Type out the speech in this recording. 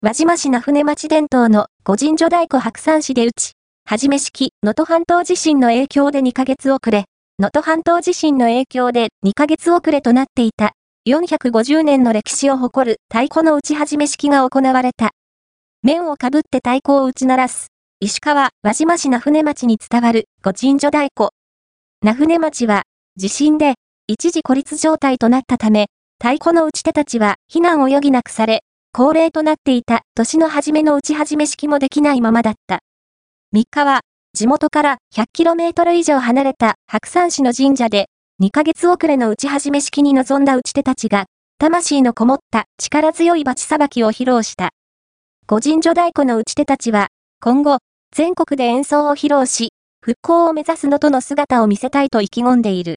輪島市名舟町伝統の御神女太鼓白山市で打ち、はじめ式、能登半島地震の影響で2ヶ月遅れ、能登半島地震の影響で2ヶ月遅れとなっていた、450年の歴史を誇る太鼓の打ち始め式が行われた。面をかぶって太鼓を打ち鳴らす、石川、輪島市名舟町に伝わる御神女太鼓。名舟町は、地震で一時孤立状態となったため、太鼓の打ち手たちは避難を余儀なくされ、恒例となっていた年の初めの打ち始め式もできないままだった。3日は、地元から 100km 以上離れた白山市の神社で、2ヶ月遅れの打ち始め式に臨んだ打ち手たちが、魂のこもった力強いバチさばきを披露した。御神女太鼓の打ち手たちは、今後、全国で演奏を披露し、復興を目指す能登の姿を見せたいと意気込んでいる。